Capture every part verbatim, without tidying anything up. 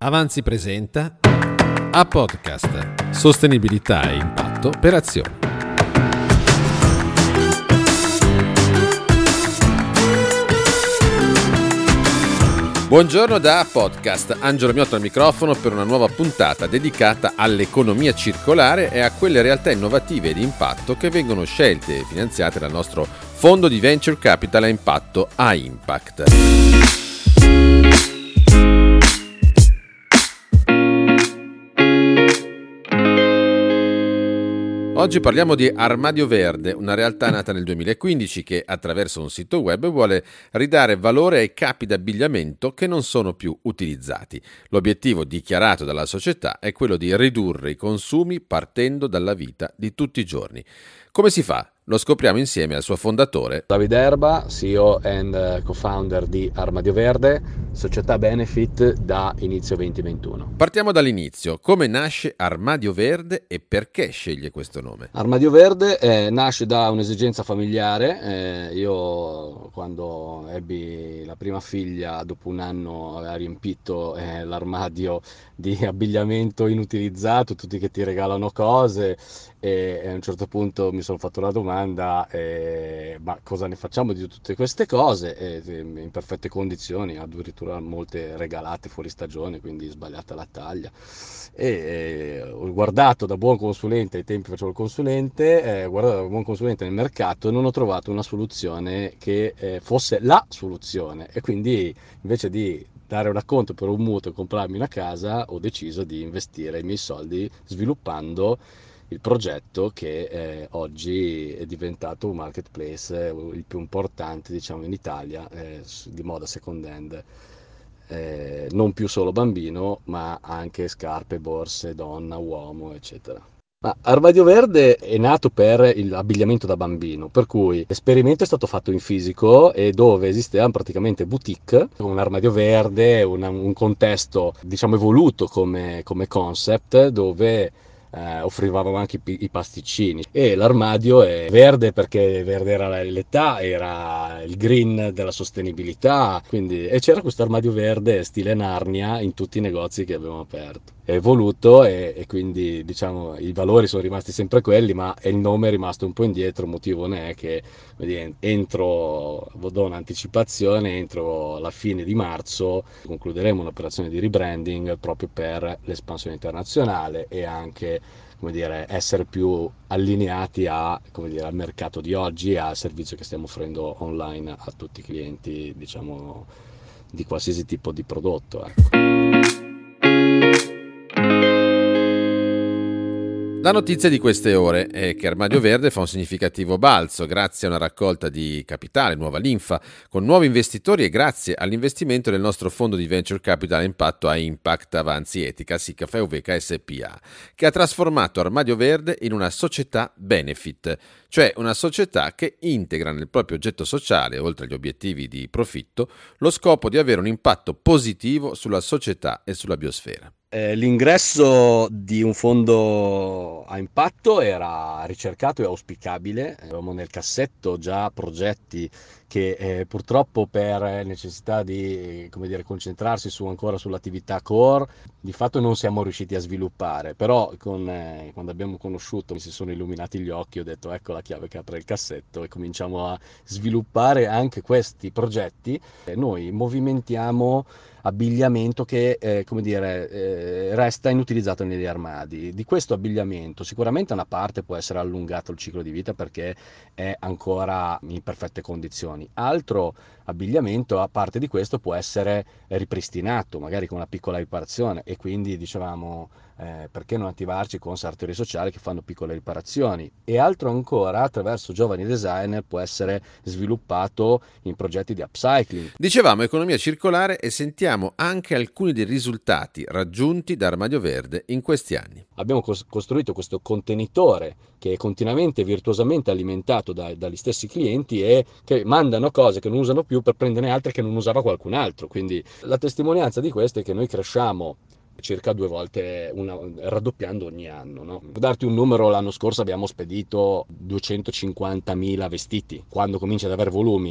Avanzi presenta A Podcast, sostenibilità e impatto per azioni. Buongiorno da A Podcast, Angelo Miotto al microfono per una nuova puntata dedicata all'economia circolare e a quelle realtà innovative e di impatto che vengono scelte e finanziate dal nostro fondo di venture capital a impatto A-Impact. Oggi parliamo di Armadio Verde, una realtà nata nel duemilaquindici che attraverso un sito web vuole ridare valore ai capi d'abbigliamento che non sono più utilizzati. L'obiettivo dichiarato dalla società è quello di ridurre i consumi partendo dalla vita di tutti i giorni. Come si fa? Lo scopriamo insieme al suo fondatore Davide Erba, C E O and co-founder di Armadio Verde, società benefit da inizio duemilaventuno. Partiamo dall'inizio. Come nasce Armadio Verde e perché sceglie questo nome? Armadio Verde eh, nasce da un'esigenza familiare. Eh, io quando ebbi la prima figlia, dopo un anno aveva riempito eh, l'armadio di abbigliamento inutilizzato, tutti che ti regalano cose, e a un certo punto mi sono fatto la domanda eh, ma cosa ne facciamo di tutte queste cose, e, in perfette condizioni, addirittura molte regalate fuori stagione, quindi sbagliata la taglia, e eh, ho guardato da buon consulente, ai tempi facevo il consulente, eh, ho guardato da buon consulente nel mercato e non ho trovato una soluzione che eh, fosse la soluzione, e quindi invece di dare un acconto per un mutuo e comprarmi una casa, ho deciso di investire i miei soldi sviluppando il progetto che eh, oggi è diventato un marketplace, eh, il più importante, diciamo, in Italia, eh, di moda second hand, eh, non più solo bambino, ma anche scarpe, borse, donna, uomo, eccetera. Ma Armadio Verde è nato per l'abbigliamento da bambino, per cui l'esperimento è stato fatto in fisico, e dove esistevano praticamente boutique, un armadio verde, una, un contesto diciamo evoluto come, come concept, dove eh, offrivamo anche i, i pasticcini, e l'armadio è verde perché verde era l'età, era il green della sostenibilità, quindi, e c'era questo armadio verde stile Narnia in tutti i negozi che abbiamo aperto. È evoluto e, e quindi diciamo i valori sono rimasti sempre quelli, ma il nome è rimasto un po' indietro. Motivo ne è che dire, entro, do un'anticipazione, entro la fine di marzo concluderemo un'operazione di rebranding proprio per l'espansione internazionale e anche, come dire, essere più allineati a, come dire, al mercato di oggi e al servizio che stiamo offrendo online a tutti i clienti, diciamo, di qualsiasi tipo di prodotto, ecco. La notizia di queste ore è che Armadio Verde fa un significativo balzo grazie a una raccolta di capitale, nuova linfa, con nuovi investitori e grazie all'investimento del nostro fondo di venture capital a impatto A-Impact Avanzi Etica, S I C A F E U V K S P A, che ha trasformato Armadio Verde in una società benefit, cioè una società che integra nel proprio oggetto sociale, oltre agli obiettivi di profitto, lo scopo di avere un impatto positivo sulla società e sulla biosfera. Eh, l'ingresso di un fondo a impatto era ricercato e auspicabile. Avevamo nel cassetto già progetti che eh, purtroppo per necessità di, come dire, concentrarsi su ancora sull'attività core, di fatto non siamo riusciti a sviluppare, però con, eh, quando abbiamo conosciuto mi si sono illuminati gli occhi, ho detto ecco la chiave che apre il cassetto, e cominciamo a sviluppare anche questi progetti. E noi movimentiamo abbigliamento che eh, come dire, eh, resta inutilizzato negli armadi. Di questo abbigliamento sicuramente una parte può essere allungato il ciclo di vita perché è ancora in perfette condizioni, altro abbigliamento a parte di questo può essere ripristinato magari con una piccola riparazione, e quindi dicevamo eh, perché non attivarci con sartori sociali che fanno piccole riparazioni, e altro ancora attraverso giovani designer può essere sviluppato in progetti di upcycling. Dicevamo economia circolare e sentiamo anche alcuni dei risultati raggiunti da Armadio Verde in questi anni. Abbiamo cos- costruito questo contenitore che è continuamente virtuosamente alimentato da, dagli stessi clienti e che mandano cose che non usano più per prenderne altre che non usava qualcun altro. Quindi la testimonianza di questo è che noi cresciamo circa due volte, una, raddoppiando ogni anno, no? Per darti un numero, l'anno scorso abbiamo spedito duecentocinquantamila vestiti. Quando cominci ad avere volumi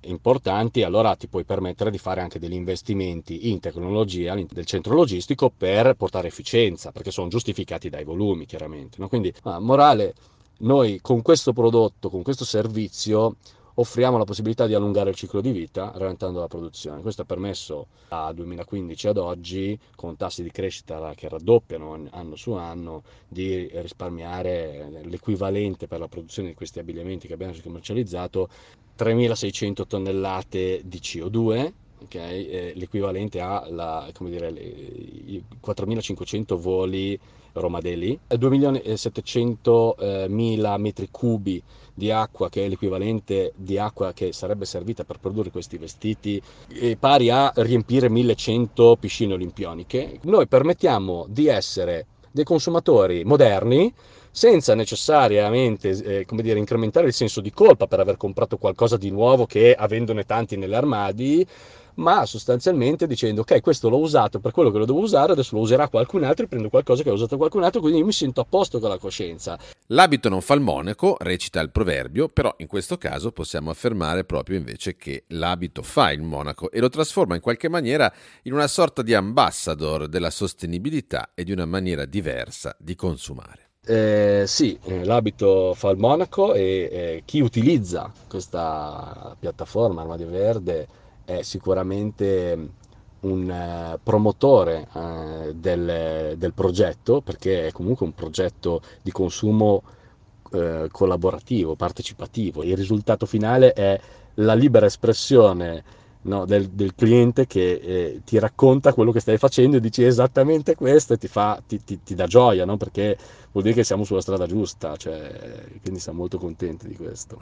importanti, allora ti puoi permettere di fare anche degli investimenti in tecnologia del centro logistico per portare efficienza, perché sono giustificati dai volumi chiaramente, no? Quindi, ah, morale, noi con questo prodotto, con questo servizio, offriamo la possibilità di allungare il ciclo di vita rallentando la produzione. Questo ha permesso dal duemilaquindici ad oggi, con tassi di crescita che raddoppiano anno su anno, di risparmiare l'equivalente per la produzione di questi abbigliamenti che abbiamo commercializzato tremilaseicento tonnellate di C O due, okay? eh, l'equivalente a la, come dire, le, i quattromilacinquecento voli Roma Delhi, due milioni e settecentomila metri cubi di acqua, che è l'equivalente di acqua che sarebbe servita per produrre questi vestiti, pari a riempire millecento piscine olimpioniche. Noi permettiamo di essere dei consumatori moderni senza necessariamente eh, come dire, incrementare il senso di colpa per aver comprato qualcosa di nuovo che avendone tanti negli armadi, ma sostanzialmente dicendo ok, questo l'ho usato per quello che lo devo usare, adesso lo userà qualcun altro e prendo qualcosa che ha usato qualcun altro, quindi io mi sento a posto con la coscienza. L'abito non fa il monaco, recita il proverbio, però in questo caso possiamo affermare proprio invece che l'abito fa il monaco e lo trasforma in qualche maniera in una sorta di ambassador della sostenibilità e di una maniera diversa di consumare. Eh, sì, eh, l'abito fa il monaco e eh, chi utilizza questa piattaforma Armadio Verde è sicuramente un eh, promotore eh, del, del progetto, perché è comunque un progetto di consumo eh, collaborativo, partecipativo. Il risultato finale è la libera espressione, no, del, del cliente che eh, ti racconta quello che stai facendo e dici esattamente questo e ti, fa, ti, ti, ti dà gioia, no? Perché vuol dire che siamo sulla strada giusta, cioè, quindi siamo molto contenti di questo.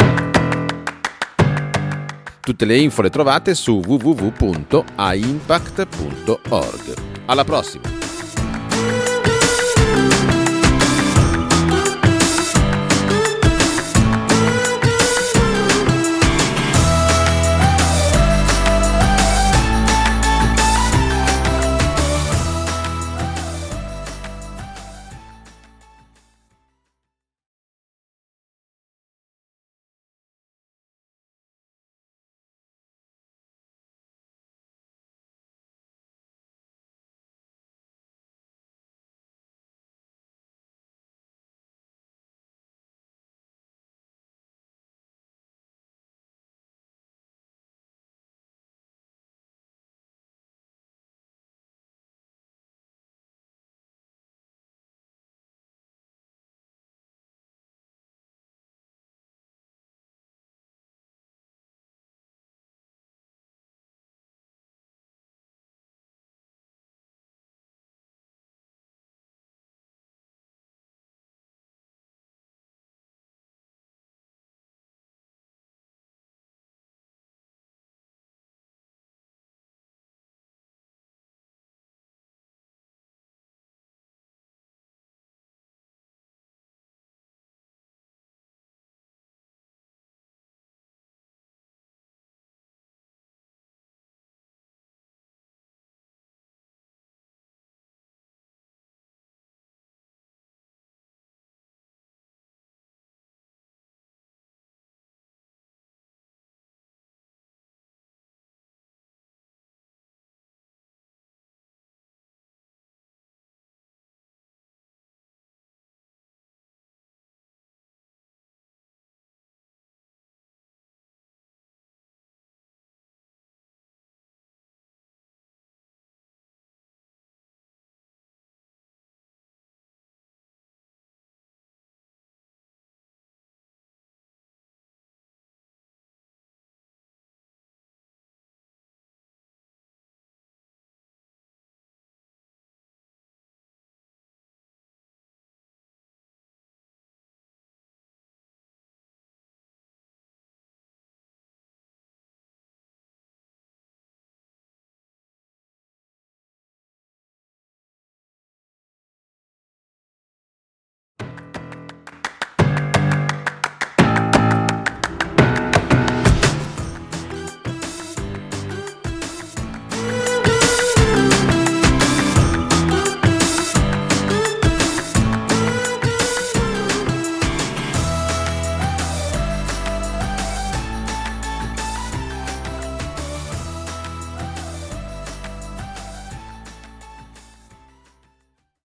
Tutte le info le trovate su w w w punto i impact punto org. Alla prossima!